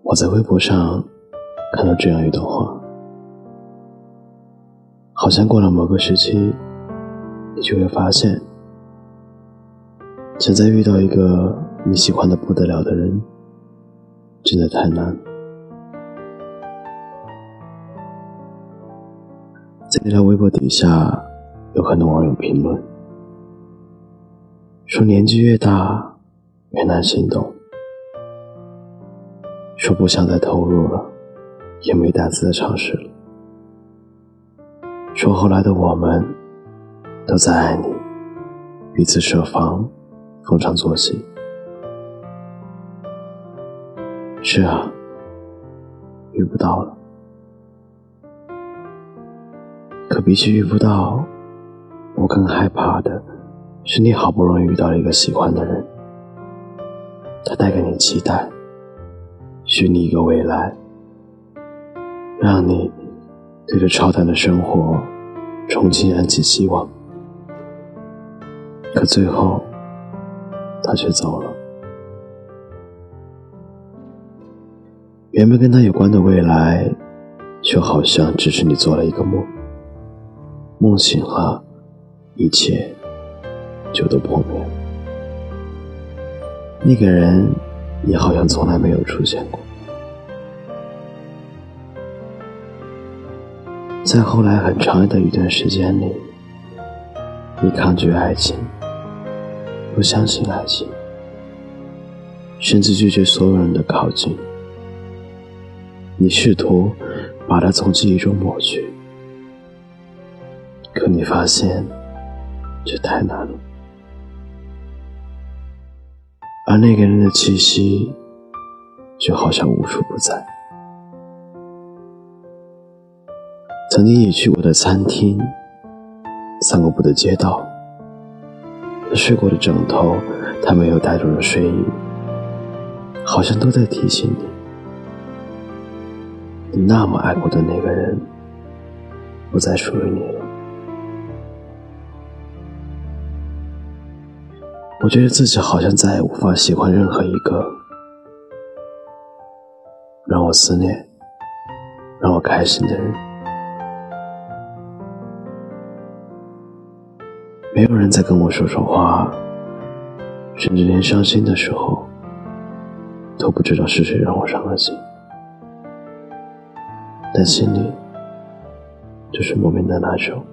我在微博上看到这样一段话，好像过了某个时期，你就会发现，想再遇到一个你喜欢的不得了的人，真的太难。在那条微博底下，有很多网友评论，说年纪越大越难心动，说不想再投入了，也没胆子再尝试了，说后来的我们都在爱你，彼此设防，逢场作戏。是啊，遇不到了。可比起遇不到，我更害怕的是你好不容易遇到了一个喜欢的人，他带给你期待，许你一个未来，让你对着超淡的生活重新燃起希望，可最后他却走了。原本跟他有关的未来，就好像只是你做了一个梦，梦醒了，一切就都破灭了。那个人也好像从来没有出现过。在后来很长的一段时间里，你抗拒爱情，不相信爱情，甚至拒绝所有人的靠近。你试图把它从记忆中抹去，可你发现这太难了。而那个人的气息就好像无处不在。曾经一起去过的餐厅，散过步的街道，他睡过的枕头，他没有带走的睡衣，好像都在提醒你，你那么爱过的那个人不再属于你了。我觉得自己好像再也无法喜欢任何一个让我思念让我开心的人。没有人再跟我说说话，甚至连伤心的时候都不知道是谁让我伤了心，但心里就是莫名的难受。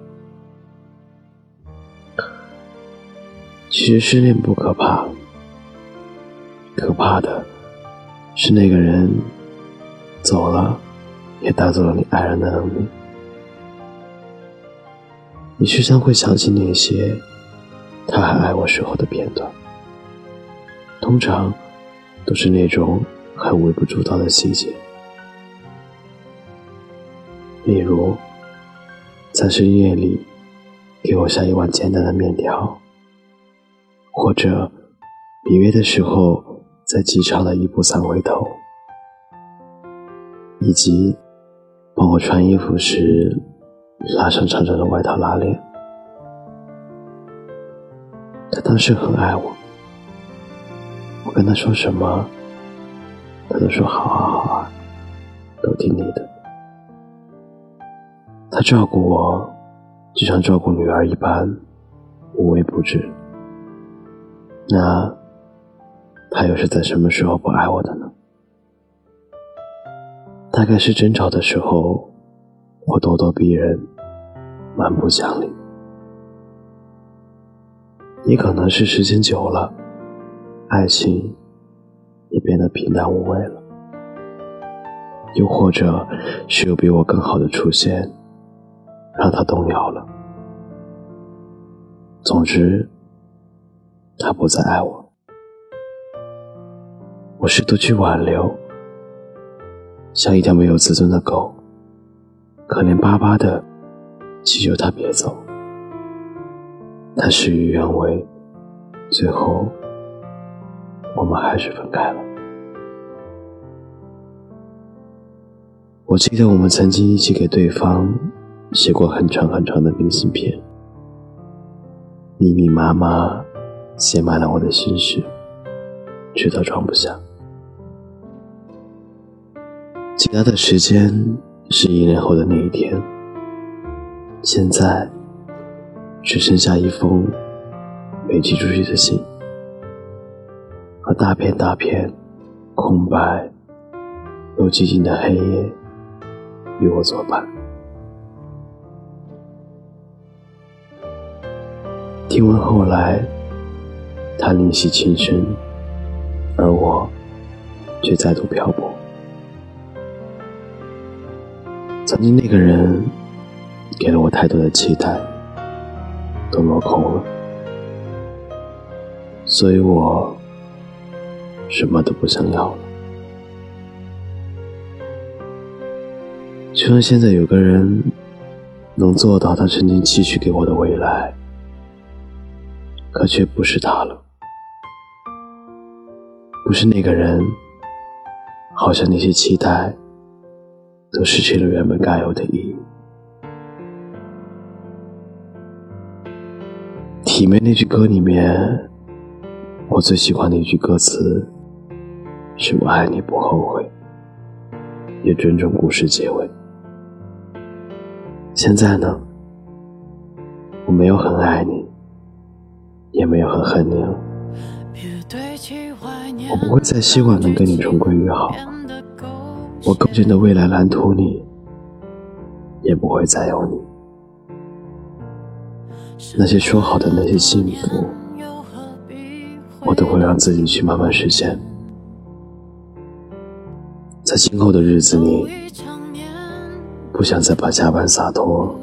其实失恋不可怕，可怕的是那个人走了，也带走了你爱人的能力。你时常会想起那些他还爱我时候的片段，通常都是那种很微不足道的细节，例如在深夜里给我下一碗简单的面条，或者离别的时候在机场的一步三回头，以及帮我穿衣服时拉上长长的外套拉链。他当时很爱我，我跟他说什么他都说好啊好啊，都听你的。他照顾我就像照顾女儿一般无微不至，那他又是在什么时候不爱我的呢？大概是争吵的时候我咄咄逼人，蛮不讲理，也可能是时间久了，爱情也变得平淡无味了，又或者是有比我更好的出现让他动摇了。总之他不再爱我。我试图去挽留，像一条没有自尊的狗，可怜巴巴的祈求他别走。他事与愿违，最后我们还是分开了。我记得我们曾经一起给对方写过很长很长的明信片，密密麻麻写满了我的心事，直到装不下。 他的时间是1年后的那一天，现在只剩下一封没寄出去的信和大片大片空白又寂静的黑夜与我作伴。听闻后来他另系情深，而我却再度漂泊。曾经那个人给了我太多的期待，都落空了，所以我什么都不想要了。希望现在有个人能做到他曾经期许给我的未来，可却不是他了。不是那个人，好像那些期待都失去了原本该有的意义。体面那句歌里面，我最喜欢的一句歌词是我爱你不后悔，也尊重故事结尾。现在呢，我没有很爱你，也没有很恨你了。我不会再希望能跟你重归于好，我构建的未来蓝图里也不会再有你。那些说好的那些幸福，我都会让自己去慢慢实现。在今后的日子里，不想再把加班洒脱，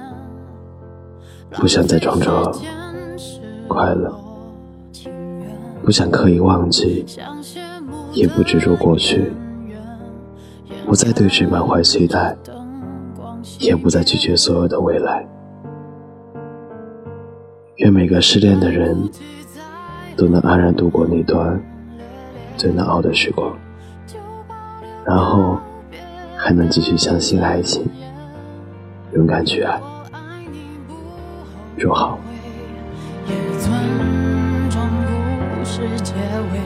不想再装着快乐，不想刻意忘记，也不执着过去，不再对谁满怀期待，也不再拒绝所有的未来。愿每个失恋的人都能安然度过那段最难熬的时光，然后还能继续相信爱情，勇敢去爱。祝好。 也尊重故事结尾，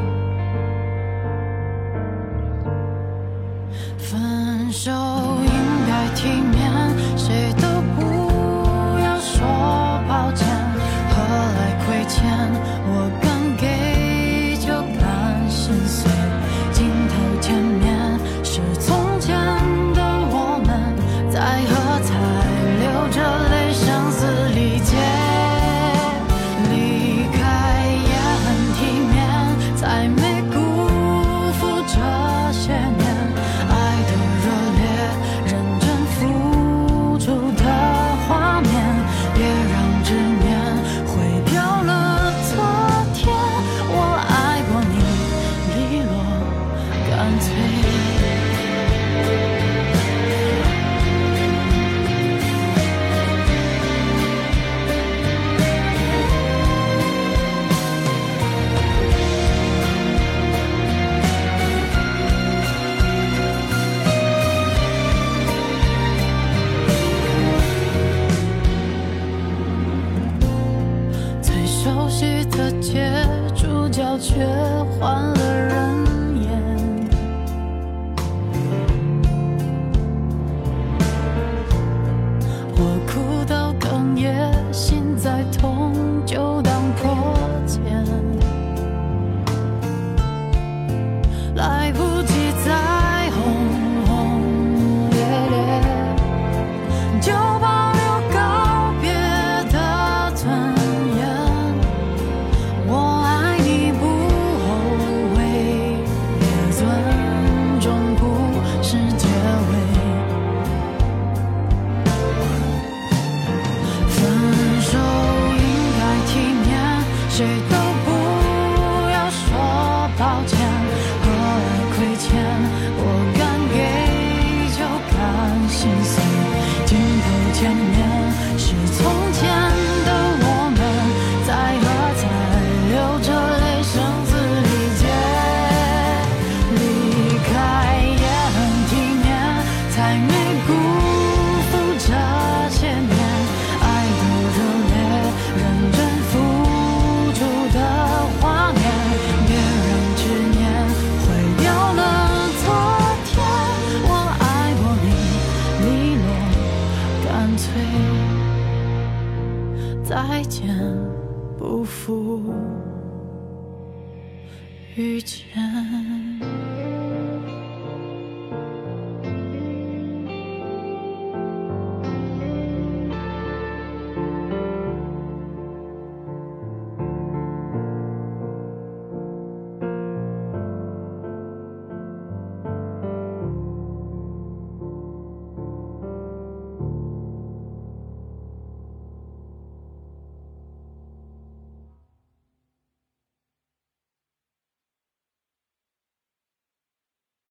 分手应该体面，谁都不要说抱歉，何来亏欠，我敢给就敢心碎，镜头前面是从前的我们，在喝彩流着泪声嘶力竭，离开也很体面，才没辜负这些年爱的热烈，认真付出的画面，别让执念毁掉了昨天，我爱过你，利落干脆。熟悉的街，主角却换了人演。我哭到哽咽，心在痛，就当破茧。来不及再轰轰烈烈，就保留告别的尊严。我爱你不后悔， 再见，不负遇见。